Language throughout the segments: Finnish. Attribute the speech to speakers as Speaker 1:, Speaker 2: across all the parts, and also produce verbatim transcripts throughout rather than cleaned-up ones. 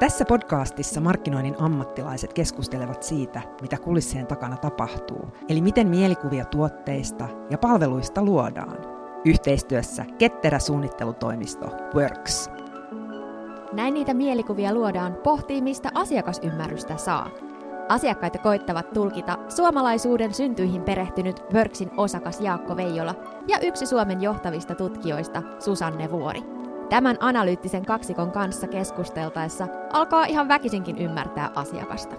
Speaker 1: Tässä podcastissa markkinoinnin ammattilaiset keskustelevat siitä, mitä kulissien takana tapahtuu, eli miten mielikuvia tuotteista ja palveluista luodaan. Yhteistyössä ketterä suunnittelutoimisto Works.
Speaker 2: Näin niitä mielikuvia luodaan pohtii, mistä asiakasymmärrystä saa. Asiakkaita koittavat tulkita suomalaisuuden syntyihin perehtynyt Worksin osakas Jaakko Veijola ja yksi Suomen johtavista tutkijoista Susanne Vuori. Tämän analyyttisen kaksikon kanssa keskusteltaessa alkaa ihan väkisinkin ymmärtää asiakasta.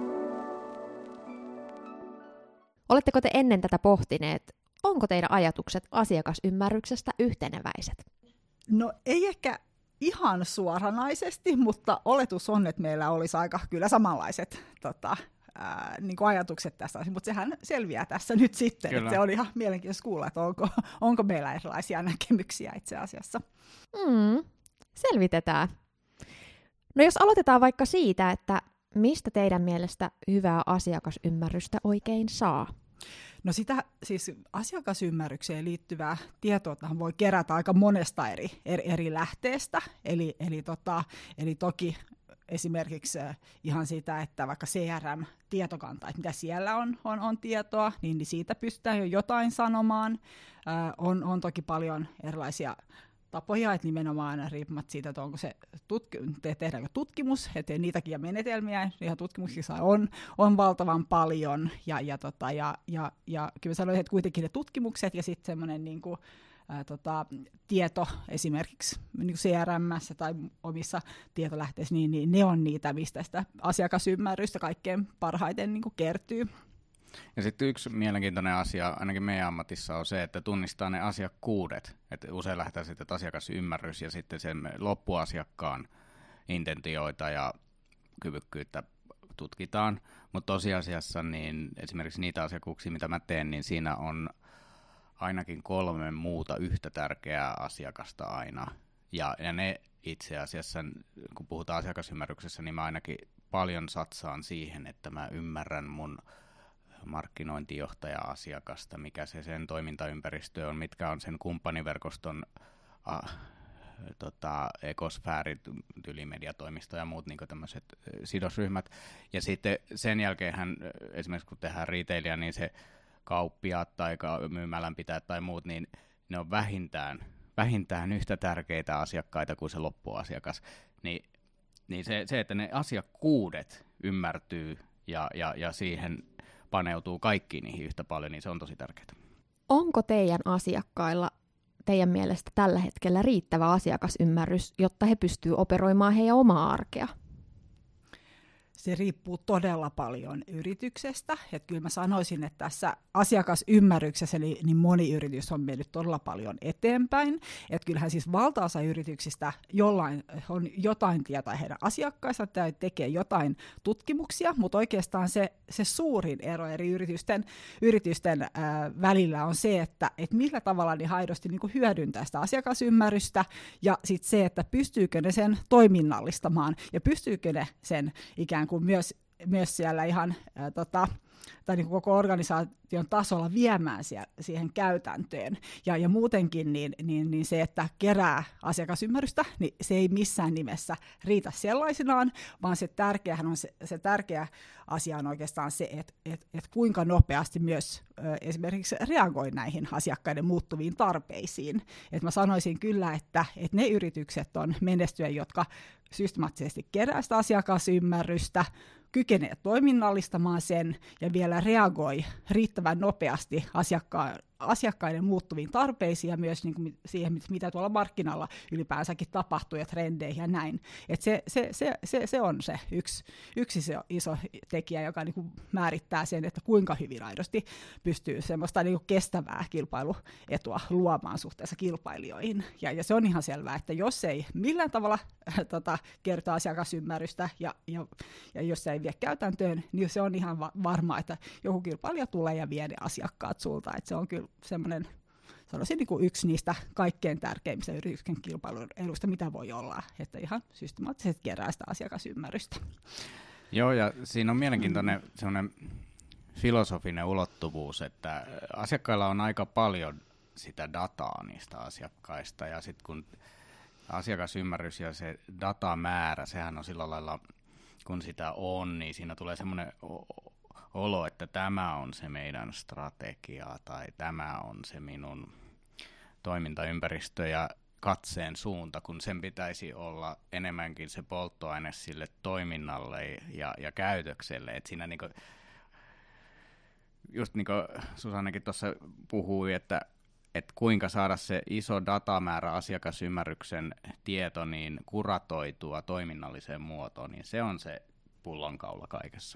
Speaker 2: Oletteko te ennen tätä pohtineet, onko teidän ajatukset asiakasymmärryksestä yhteneväiset?
Speaker 3: No ei ehkä ihan suoranaisesti, mutta oletus on, että meillä olisi aika kyllä samanlaiset tota, ää, niin kuin ajatukset tästä asiasta, mutta sehän selviää tässä nyt sitten, että se on ihan mielenkiintoista kuulla, että onko, onko meillä erilaisia näkemyksiä itse asiassa.
Speaker 2: Mm, selvitetään. No jos aloitetaan vaikka siitä, että mistä teidän mielestä hyvää asiakasymmärrystä oikein saa?
Speaker 3: No sitä siis asiakasymmärrykseen liittyvää tietoa voi kerätä aika monesta eri, eri, eri lähteestä, eli, eli, tota, eli toki esimerkiksi ihan sitä, että vaikka C R M-tietokanta, että mitä siellä on, on, on tietoa, niin, niin siitä pystytään jo jotain sanomaan. Äh, on, on toki paljon erilaisia tapoja, että nimenomaan riippumatta siitä, että onko se tutki- te- tehdäänkö tutkimus, että niitäkin ja menetelmiä, ihan tutkimuksissa on, on valtavan paljon, ja, ja, tota, ja, ja, ja kyllä sanoisin, että kuitenkin ne tutkimukset ja sitten semmoinen niin kuin, ää, tota, tieto esimerkiksi niin C R M:ssä tai omissa tietolähteissä, niin, niin ne on niitä, mistä sitä asiakasymmärrystä kaikkein parhaiten niin kuin kertyy.
Speaker 4: Ja sitten yksi mielenkiintoinen asia, ainakin meidän ammatissa, on se, että tunnistaa ne asiakkuudet. Että usein lähtee sitten asiakasymmärrys ja sitten sen loppuasiakkaan intentioita ja kyvykkyyttä tutkitaan. Mutta tosiasiassa niin esimerkiksi niitä asiakkuuksia, mitä mä teen, niin siinä on ainakin kolme muuta yhtä tärkeää asiakasta aina. Ja, ja ne itse asiassa, kun puhutaan asiakasymmärryksessä, niin mä ainakin paljon satsaan siihen, että mä ymmärrän mun markkinointijohtaja-asiakasta, mikä se sen toimintaympäristö on, mitkä on sen kumppaniverkoston äh, tota, ekosfäärit, ylimediatoimisto ja muut niin tämmöiset sidosryhmät. Ja sitten sen jälkeenhän esimerkiksi kun tehdään retailia, niin se kauppiaat tai myymälänpitäjät tai muut, niin ne on vähintään, vähintään yhtä tärkeitä asiakkaita kuin se loppuasiakas. Ni, niin se, se, että ne asiakkuudet ymmärtyy ja, ja, ja siihen paneutuu kaikkiin niihin yhtä paljon, niin se on tosi tärkeää.
Speaker 2: Onko teidän asiakkailla teidän mielestä tällä hetkellä riittävä asiakasymmärrys, jotta he pystyvät operoimaan heidän omaa arkea?
Speaker 3: Se riippuu todella paljon yrityksestä. Et kyllä mä sanoisin, että tässä asiakasymmärryksessä niin, niin moni yritys on mennyt todella paljon eteenpäin. Et kyllähän siis valtaosa yrityksistä jollain, on jotain tietoa heidän asiakkaissa tai tekee jotain tutkimuksia, mutta oikeastaan se, se suurin ero eri yritysten, yritysten ää, välillä on se, että et millä tavalla ne aidosti niin kuin hyödyntää sitä asiakasymmärrystä ja sitten se, että pystyykö ne sen toiminnallistamaan ja pystyykö ne sen ikään kuin kuin myös, myös siellä ihan ää, tota, tai niin kuin koko organisaation tasolla viemään siellä, siihen käytäntöön. Ja, ja muutenkin niin, niin, niin se, että kerää asiakasymmärrystä, niin se ei missään nimessä riitä sellaisenaan, vaan se, tärkeähän on se, se tärkeä asia on oikeastaan se, että et, et kuinka nopeasti myös ö, esimerkiksi reagoi näihin asiakkaiden muuttuviin tarpeisiin. Et mä sanoisin kyllä, että et ne yritykset on menestyjä, jotka systemaattisesti kerää sitä asiakasymmärrystä, kykenee toiminnallistamaan sen ja vielä reagoi riittävän nopeasti asiakkaan, asiakkaiden muuttuviin tarpeisiin ja myös niin kuin siihen, mitä tuolla markkinalla ylipäänsäkin tapahtuu ja trendeihin ja näin. Et se, se, se, se, se on se yksi, yksi se iso tekijä, joka niin kuin määrittää sen, että kuinka hyvin aidosti pystyy semmoista niin kuin kestävää kilpailuetua luomaan suhteessa kilpailijoihin. Ja, ja se on ihan selvää, että jos ei millään tavalla äh, tota, kertaa asiakasymmärrystä ja, ja, ja jos se ei vie käytäntöön, niin se on ihan va- varma, että joku kilpailija tulee ja vie ne asiakkaat sulta. Et se on kyllä semmoinen, sanoisin niin kuin yksi niistä kaikkein tärkeimmistä yrityksen kilpailun edusta, mitä voi olla, että ihan systemaattisesti kerää sitä asiakasymmärrystä.
Speaker 4: Joo, ja siinä on mielenkiintoinen semmoinen filosofinen ulottuvuus, että asiakkailla on aika paljon sitä dataa niistä asiakkaista, ja sitten kun asiakasymmärrys ja se datamäärä, sehän on sillä lailla, kun sitä on, niin siinä tulee semmoinen olo, että tämä on se meidän strategia tai tämä on se minun toimintaympäristö ja katseen suunta, kun sen pitäisi olla enemmänkin se polttoaine sille toiminnalle ja, ja käytökselle. Et siinä niinku, just niin kuin Susannekin tuossa puhui, että, että kuinka saada se iso datamäärä asiakasymmärryksen tieto niin kuratoitua toiminnalliseen muotoon, niin se on se pullonkaula kaikessa.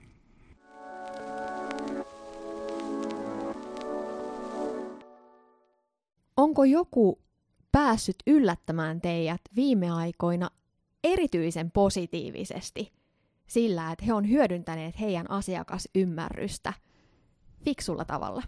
Speaker 2: Onko joku päässyt yllättämään teidät viime aikoina erityisen positiivisesti sillä, että he on hyödyntäneet heidän asiakasymmärrystä fiksulla tavalla?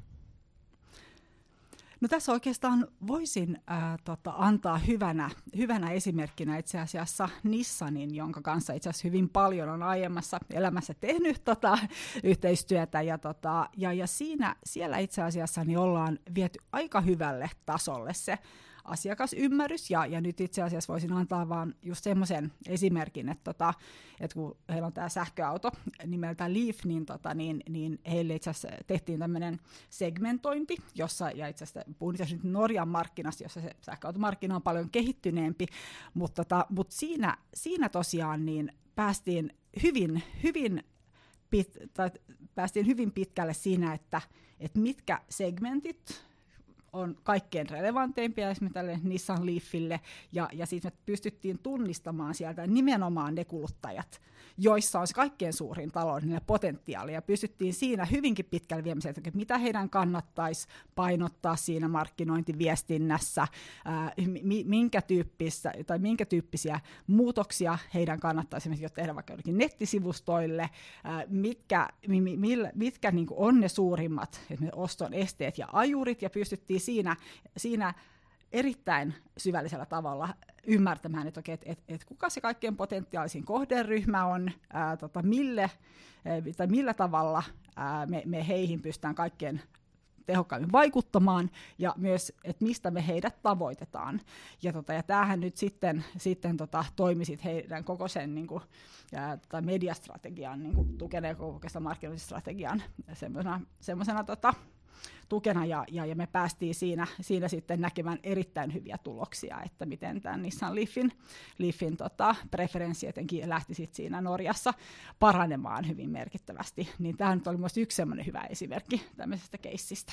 Speaker 3: No tässä oikeastaan voisin ää, tota, antaa hyvänä, hyvänä esimerkkinä itse asiassa Nissanin, jonka kanssa itse asiassa hyvin paljon on aiemmassa elämässä tehnyt tota, yhteistyötä. Ja, tota, ja, ja siinä, siellä itse asiassa niin ollaan viety aika hyvälle tasolle se asiakasymmärrys, ja, ja nyt itse asiassa voisin antaa vaan just semmoisen esimerkin, että, tota, että kun heillä on tämä sähköauto nimeltä Leaf, niin, tota, niin, niin heille itse asiassa tehtiin tämmöinen segmentointi, jossa, ja itse asiassa puhun itse asiassa nyt Norjan markkinasta, jossa se sähköautomarkkina on paljon kehittyneempi, mutta, tota, mutta siinä, siinä tosiaan niin päästiin hyvin, hyvin pit, tai päästiin hyvin pitkälle siinä, että, että mitkä segmentit on kaikkein relevanteimpia esimerkiksi tälle Nissan Leafille, ja, ja sitten me pystyttiin tunnistamaan sieltä nimenomaan ne kuluttajat, joissa on se kaikkein suurin taloudellinen potentiaali, ja pystyttiin siinä hyvinkin pitkälle viemään, että mitä heidän kannattaisi painottaa siinä markkinointiviestinnässä, ää, minkä, tyyppistä, tai minkä tyyppisiä muutoksia heidän kannattaisi jo tehdä vaikka jollakin nettisivustoille, ää, mitkä, mi, millä, mitkä niin kuin on ne suurimmat oston esteet ja ajurit, ja pystyttiin siinä, siinä erittäin syvällisellä tavalla ymmärtämään, että, okei, että, että, että kuka se kaikkein potentiaalisin kohderyhmä on, ää, tota, mille, ää, tai millä tavalla ää, me, me heihin pystytään kaikkein tehokkaimmin vaikuttamaan, ja myös, että mistä me heidät tavoitetaan. Ja, tota, ja tämähän nyt sitten, sitten tota, toimi sit heidän koko sen niin kuin, ää, tota, mediastrategian, niin kuin, tukeneen koko sitä markkinointistrategian semmoisena tota, tukena, ja, ja, ja me päästiin siinä, siinä sitten näkemään erittäin hyviä tuloksia, että miten tämän Nissan Leafin, Leafin tota, preferenssi etenkin lähti sit siinä Norjassa paranemaan hyvin merkittävästi. Niin tämä nyt oli myös yksi semmoinen hyvä esimerkki tämmöisestä keissistä.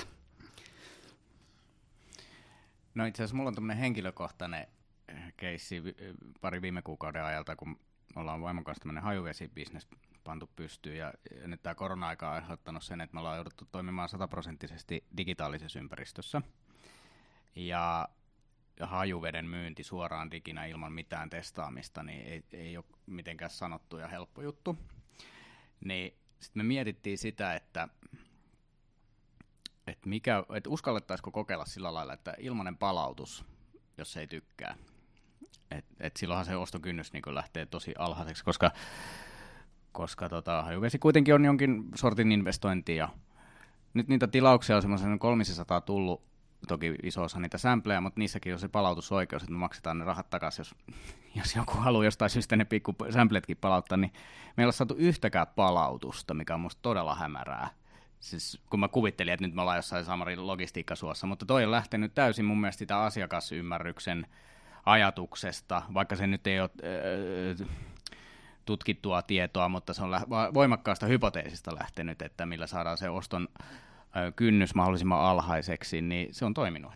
Speaker 4: No itse asiassa mulla on tämmöinen henkilökohtainen keissi pari viime kuukauden ajalta, kun me ollaan vaimon kanssa tämmöinen hajuvesibisnes pantu pystyyn, ja, ja nyt tämä korona-aika on aiheuttanut sen, että me ollaan jouduttu toimimaan sataprosenttisesti digitaalisessa ympäristössä. Ja, ja hajuveden myynti suoraan diginä ilman mitään testaamista niin ei, ei ole mitenkään sanottu ja helppo juttu. Niin sitten me mietittiin sitä, että, että, mikä, että uskallettaisiko kokeilla sillä lailla, että ilmainen palautus, jos ei tykkää. Et, et silloinhan se ostokynnys niin lähtee tosi alhaiseksi, koska koska tota, hajuvesi kuitenkin on jonkin sortin investointi, ja nyt niitä tilauksia on semmoisen kolmesataa tullut, toki iso osa niitä sampleja, mutta niissäkin on se palautusoikeus, että me maksetaan ne rahat takaisin, jos, jos joku haluaa jostain syystä ne pikku sampletkin palauttaa, niin me ei ole saatu yhtäkään palautusta, mikä on musta todella hämärää. Siis kun mä kuvittelin, että nyt me ollaan jossain Samarin logistiikkasuossa, mutta toi on lähtenyt täysin mun mielestä sitä asiakasymmärryksen ajatuksesta, vaikka se nyt ei ole Äh, tutkittua tietoa, mutta se on voimakkaasta hypoteesista lähtenyt, että millä saadaan se oston kynnys mahdollisimman alhaiseksi, niin se on toiminut.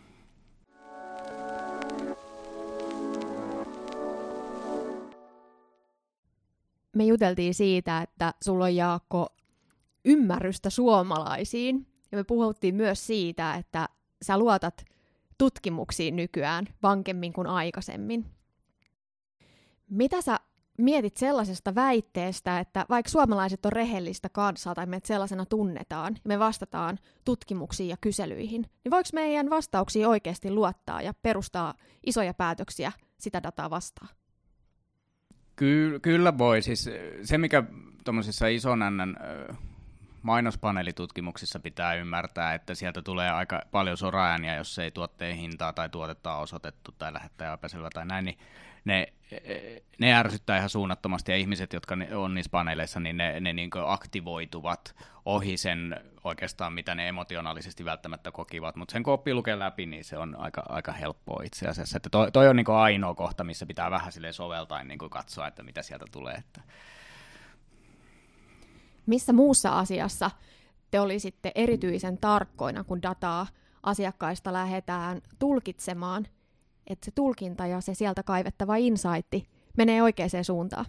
Speaker 2: Me juteltiin siitä, että sulla on, Jaakko, ymmärrystä suomalaisiin, ja me puhuttiin myös siitä, että sä luotat tutkimuksiin nykyään vankemmin kuin aikaisemmin. Mitä sä mietit sellaisesta väitteestä, että vaikka suomalaiset on rehellistä kansaa tai meidät sellaisena tunnetaan ja me vastataan tutkimuksiin ja kyselyihin, niin voiko meidän vastauksiin oikeasti luottaa ja perustaa isoja päätöksiä sitä dataa vastaan?
Speaker 4: Ky- kyllä voi. Siis se, mikä tuommoisissa ison N:n mainospaneelitutkimuksissa pitää ymmärtää, että sieltä tulee aika paljon soraääniä, jos ei tuotteen hintaa tai tuotetta ole osoitettu tai lähettää epäselvä tai näin, niin ne, ne ärsyttää ihan suunnattomasti, ja ihmiset, jotka on niissä paneeleissa, niin ne, ne niin kuin aktivoituvat ohi sen oikeastaan, mitä ne emotionaalisesti välttämättä kokivat, mutta sen kun oppii lukea läpi, niin se on aika, aika helppoa itse asiassa. Että toi, toi on niin kuin ainoa kohta, missä pitää vähän silleen soveltain niin kuin katsoa, että mitä sieltä tulee. Että.
Speaker 2: Missä muussa asiassa te olisitte erityisen tarkkoina, kun dataa asiakkaista lähdetään tulkitsemaan, että se tulkinta ja se sieltä kaivettava insightti menee oikeaan suuntaan?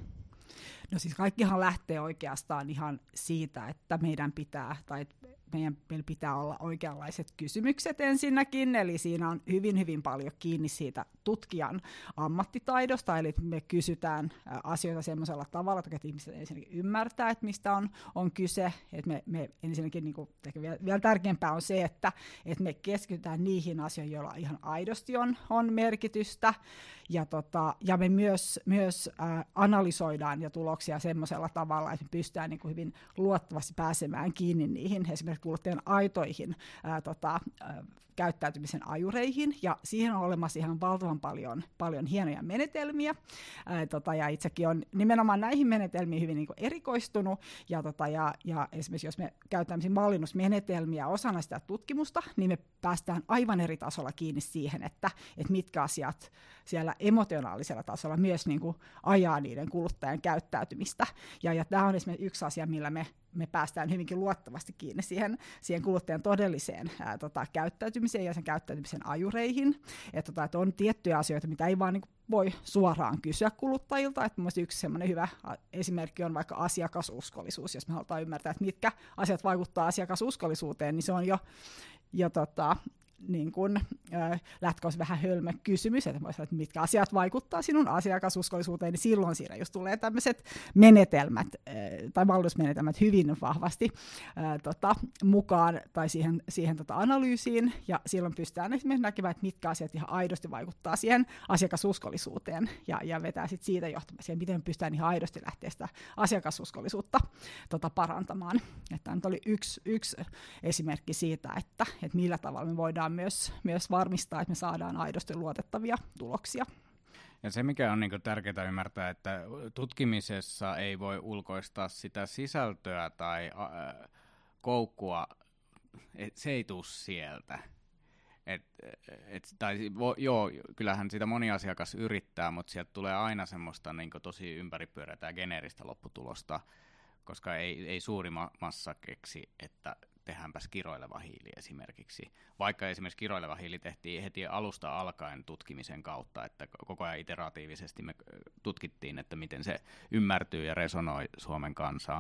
Speaker 3: No siis kaikkihan lähtee oikeastaan ihan siitä, että meidän pitää, tai meidän, meillä pitää olla oikeanlaiset kysymykset ensinnäkin, eli siinä on hyvin, hyvin paljon kiinni siitä tutkijan ammattitaidosta, eli me kysytään asioita semmoisella tavalla, että ihmiset ensinnäkin ymmärtää, että mistä on, on kyse, että me, me ensinnäkin, niin kuin, ehkä vielä, vielä tärkeämpää on se, että, että me keskitytään niihin asioihin, joilla ihan aidosti on, on merkitystä, ja, tota, ja me myös, myös äh, analysoidaan ja tuloksia semmoisella tavalla, että me pystytään niin kuin hyvin luottavasti pääsemään kiinni niihin esimerkiksi kuluttajan aitoihin ää, tota, ää, käyttäytymisen ajureihin, ja siihen on olemassa ihan valtavan paljon, paljon hienoja menetelmiä, ää, tota, ja itsekin on nimenomaan näihin menetelmiin hyvin niin kuin erikoistunut, ja, tota, ja, ja esimerkiksi jos me käytämme mallinnusmenetelmiä osana sitä tutkimusta, niin me päästään aivan eri tasolla kiinni siihen, että, että mitkä asiat siellä emotionaalisella tasolla myös niin kuin ajaa niiden kuluttajan käyttäytymistä, ja, ja tämä on esimerkiksi yksi asia, millä me me päästään hyvinkin luottavasti kiinni siihen, siihen kuluttajan todelliseen ää, tota, käyttäytymiseen ja sen käyttäytymisen ajureihin. Et, tota, et on tiettyjä asioita, mitä ei vaan niin kuin voi suoraan kysyä kuluttajilta. Et mun yksi semmoinen hyvä esimerkki on vaikka asiakasuskollisuus. Jos me halutaan ymmärtää, että mitkä asiat vaikuttaa asiakasuskollisuuteen, niin se on jo, jo tota, niin kun, äh, lähtökohtaisesti vähän hölmö kysymys, että, että mitkä asiat vaikuttaa sinun asiakasuskollisuuteen, niin silloin siinä just tulee tämmöiset menetelmät äh, tai mallinnusmenetelmät hyvin vahvasti äh, tota, mukaan tai siihen, siihen tota analyysiin, ja silloin pystytään esimerkiksi näkemään, että mitkä asiat ihan aidosti vaikuttaa siihen asiakasuskollisuuteen, ja, ja vetää sit siitä johtamisen, miten pystytään ihan aidosti lähteä sitä asiakasuskollisuutta tota, parantamaan. Tämä nyt oli yksi, yksi esimerkki siitä, että, että millä tavalla me voidaan Myös, myös varmistaa, että me saadaan aidosti luotettavia tuloksia.
Speaker 4: Ja se, mikä on niin kuin tärkeää ymmärtää, että tutkimisessa ei voi ulkoistaa sitä sisältöä tai äh, koukkua, et se ei tule sieltä. Et, et, tai, vo, joo, kyllähän sitä moni asiakas yrittää, mutta sieltä tulee aina semmoista niin kuin tosi ympäripyöreätä ja geneeristä lopputulosta, koska ei, ei suuri ma- massa keksi, että tehdäänpäs kiroileva hiili esimerkiksi. Vaikka esimerkiksi kiroileva hiili tehtiin heti alusta alkaen tutkimisen kautta, että koko ajan iteratiivisesti me tutkittiin, että miten se ymmärtyy ja resonoi Suomen kansaa.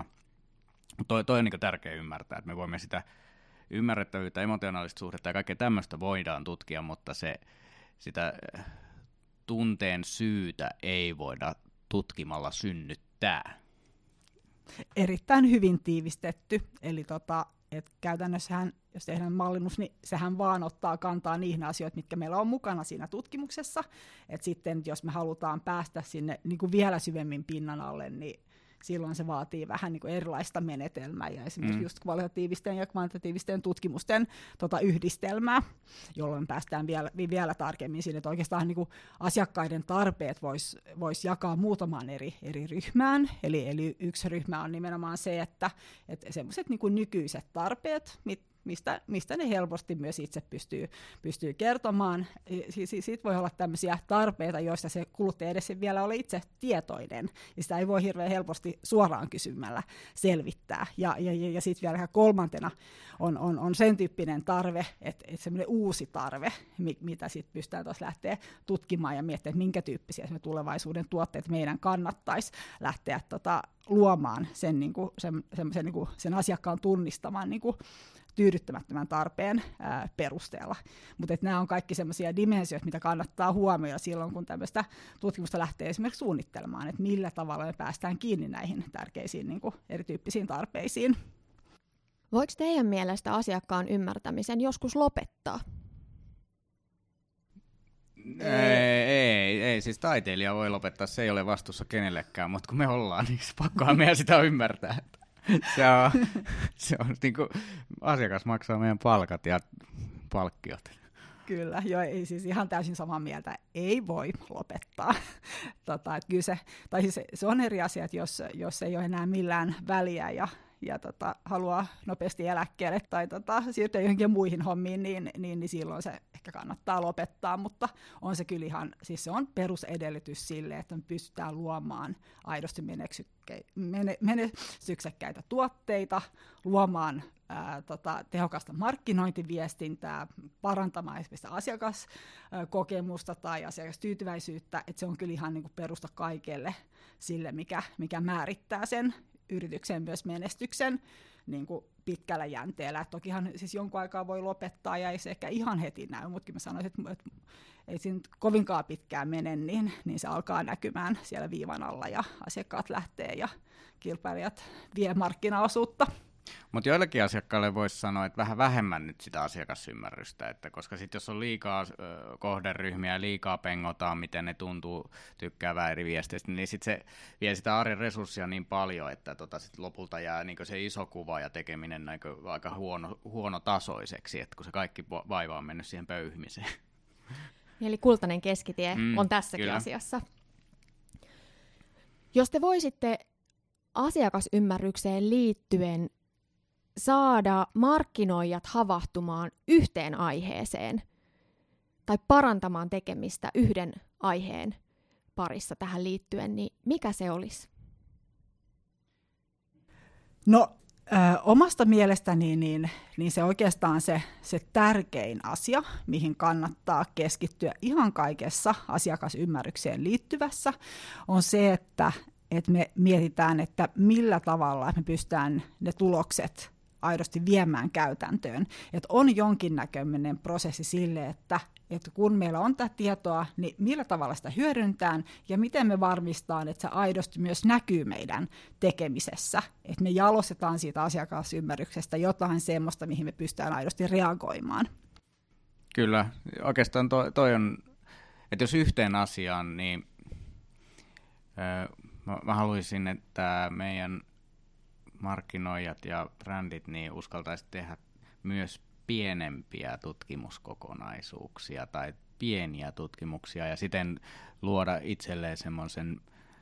Speaker 4: Toi, toi on niin kuin tärkeä ymmärtää, että me voimme sitä ymmärrettävyyttä, emotionaalista suhdetta ja kaikkea tämmöistä voidaan tutkia, mutta se, sitä tunteen syytä ei voida tutkimalla synnyttää.
Speaker 3: Erittäin hyvin tiivistetty, eli tota, et käytännössähän, jos tehdään mallinnus, niin sehän vaan ottaa kantaa niihin asioihin, mitkä meillä on mukana siinä tutkimuksessa. Et sitten jos me halutaan päästä sinne niin kuin vielä syvemmin pinnan alle, niin silloin se vaatii vähän niin kuin erilaista menetelmää ja esimerkiksi mm. just kvalitatiivisten ja kvantitatiivisten tutkimusten tota, yhdistelmää, jolloin päästään vielä, vielä tarkemmin siinä, että oikeastaan niin kuin asiakkaiden tarpeet voisi vois jakaa muutamaan eri, eri ryhmään. Eli, eli yksi ryhmä on nimenomaan se, että, että semmoiset niin kuin nykyiset tarpeet, mit, Mistä, mistä ne helposti myös itse pystyy, pystyy kertomaan. Si- siitä voi olla tämmöisiä tarpeita, joista se kuluttaja edes vielä ole itse tietoinen, ja sitä ei voi hirveän helposti suoraan kysymällä selvittää. Ja, ja, ja sitten vielä kolmantena on, on, on sen tyyppinen tarve, että, että semmoinen uusi tarve, mitä sitten pystytään tuossa lähteä tutkimaan ja miettimään, että minkä tyyppisiä tulevaisuuden tuotteet meidän kannattaisi lähteä tota, luomaan sen, niin kuin, sen, sen, niin kuin, sen asiakkaan tunnistaman niin kuin, tyydyttämättömän tarpeen ää, perusteella. Mutta nämä on kaikki sellaisia dimensioita, mitä kannattaa huomioida silloin, kun tämmöistä tutkimusta lähtee esimerkiksi suunnittelemaan, että millä tavalla me päästään kiinni näihin tärkeisiin niin kuin erityyppisiin tarpeisiin.
Speaker 2: Voiko teidän mielestä asiakkaan ymmärtämisen joskus lopettaa?
Speaker 4: Ei, ei, ei, siis taiteilija voi lopettaa, se ei ole vastuussa kenellekään, mutta kun me ollaan, niin pakkohan meidän sitä ymmärtää. se on, se on niin kuin, asiakas maksaa meidän palkat ja palkkiot.
Speaker 3: Kyllä, joo, ei siis ihan täysin samaa mieltä, ei voi lopettaa. tota, et kyllä se, tai siis se, se on eri asia, että jos, jos ei ole enää millään väliä ja, ja tota, haluaa nopeasti eläkkeelle tai tota, siirtyä johonkin muihin hommiin, niin, niin, niin silloin se ehkä kannattaa lopettaa, mutta on se kyllä ihan, siis se on perusedellytys sille, että me pystytään luomaan aidosti menestyksekkäitä tuotteita, luomaan Ää, tota, tehokasta markkinointiviestintää, parantamaan esimerkiksi asiakaskokemusta tai asiakastyytyväisyyttä, että se on kyllä ihan niin kuin perusta kaikelle sille, mikä, mikä määrittää sen yrityksen myös menestyksen niin kuin pitkällä jänteellä. Et tokihan siis jonkun aikaa voi lopettaa ja ei se ehkä ihan heti näy, mutta mä sanoisin, että, että ei siinä kovinkaan pitkään mene, niin, niin se alkaa näkymään siellä viivan alla ja asiakkaat lähtee ja kilpailijat vie markkinaosuutta.
Speaker 4: Mutta joillekin asiakkaille voisi sanoa, että vähän vähemmän nyt sitä asiakasymmärrystä, että koska sitten jos on liikaa ö, kohderyhmiä ja liikaa pengotaan, miten ne tuntuu tykkäävää eri viesteistä, niin sitten se vie sitä arjen resurssia niin paljon, että tota sit lopulta jää niin se iso kuva ja tekeminen niin aika huono, huonotasoiseksi, että kun se kaikki vaiva on mennyt siihen pöyhmiseen.
Speaker 2: Eli kultainen keskitie
Speaker 4: mm,
Speaker 2: on tässäkin
Speaker 4: kyllä.
Speaker 2: asiassa. Jos te voisitte asiakasymmärrykseen liittyen saada markkinoijat havahtumaan yhteen aiheeseen tai parantamaan tekemistä yhden aiheen parissa tähän liittyen, niin mikä se olisi?
Speaker 3: No ö, omasta mielestäni niin, niin se oikeastaan se, se tärkein asia, mihin kannattaa keskittyä ihan kaikessa asiakasymmärrykseen liittyvässä, on se, että, että me mietitään, että millä tavalla me pystytään ne tulokset aidosti viemään käytäntöön. Että on jonkinnäköinen prosessi sille, että, että kun meillä on tätä tietoa, niin millä tavalla sitä hyödyntään ja miten me varmistetaan, että se aidosti myös näkyy meidän tekemisessä. Että me jalostetaan siitä asiakasymmärryksestä jotain semmoista, mihin me pystytään aidosti reagoimaan.
Speaker 4: Kyllä, oikeastaan toi, toi on, että jos yhteen asiaan, niin äh, mä, mä haluaisin, että meidän markkinoijat ja brändit niin uskaltaisivat tehdä myös pienempiä tutkimuskokonaisuuksia tai pieniä tutkimuksia ja siten luoda itselleen semmoisen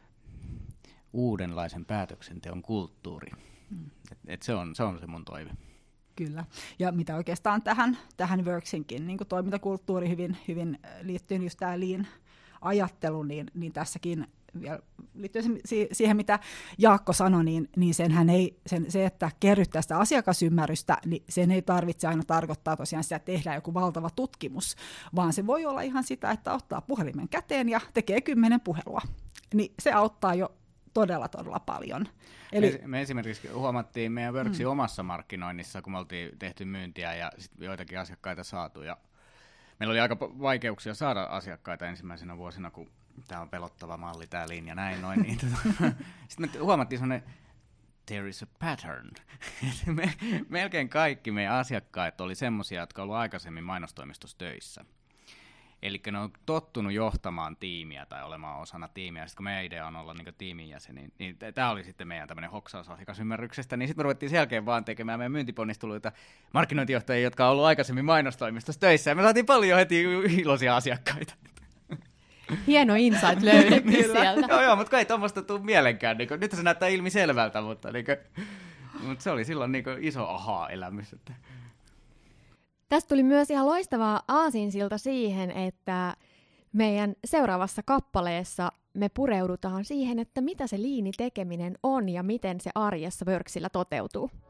Speaker 4: uudenlaisen päätöksenteon kulttuuri. Mm. Et, et se, on, se on se mun toive.
Speaker 3: Kyllä. Ja mitä oikeastaan tähän, tähän Worksinkin niin toimintakulttuuri hyvin, hyvin liittyy just tämä lean-ajattelu, niin, niin tässäkin vielä liittyen siihen, mitä Jaakko sanoi, niin, niin senhän ei, sen, se, että kerryttää sitä asiakasymmärrystä, niin sen ei tarvitse aina tarkoittaa tosiaan sitä, että tehdään joku valtava tutkimus, vaan se voi olla ihan sitä, että ottaa puhelimen käteen ja tekee kymmenen puhelua. Niin se auttaa jo todella, todella paljon.
Speaker 4: Eli me esimerkiksi huomattiin meidän Worksin mm. omassa markkinoinnissa, kun me oltiin tehty myyntiä ja sit joitakin asiakkaita saatu. Ja meillä oli aika vaikeuksia saada asiakkaita ensimmäisenä vuosina, kun tämä on pelottava malli, tämä linja, näin noin. Niin, sitten me huomattiin sellainen, there is a pattern. me, melkein kaikki meidän asiakkaat oli semmoisia, jotka olivat aikaisemmin mainostoimistossa töissä. Eli ne on tottunut johtamaan tiimiä tai olemaan osana tiimiä. Sitten kun meidän idea on olla niin tiimin jäseni, niin tämä oli sitten meidän tämmöinen hoksaus asiakasymmärryksestä. Niin sitten me ruvettiin sen jälkeen vaan tekemään meidän myyntiponnisteluita markkinointijohtajia, jotka on ollut aikaisemmin mainostoimistossa töissä. Ja me saatiin paljon heti iloisia asiakkaita.
Speaker 2: Hieno insight löydetty sieltä.
Speaker 4: Joo, joo, mutta kun ei tuommoista tule mielenkään. Niin nyt se näyttää ilmiselvältä, mutta, niin kuin, mutta se oli silloin niin iso ahaa-elämys. Että.
Speaker 2: Tästä tuli myös ihan loistavaa aasinsilta siihen, että meidän seuraavassa kappaleessa me pureudutaan siihen, että mitä se liinitekeminen on ja miten se arjessa Worksilla toteutuu.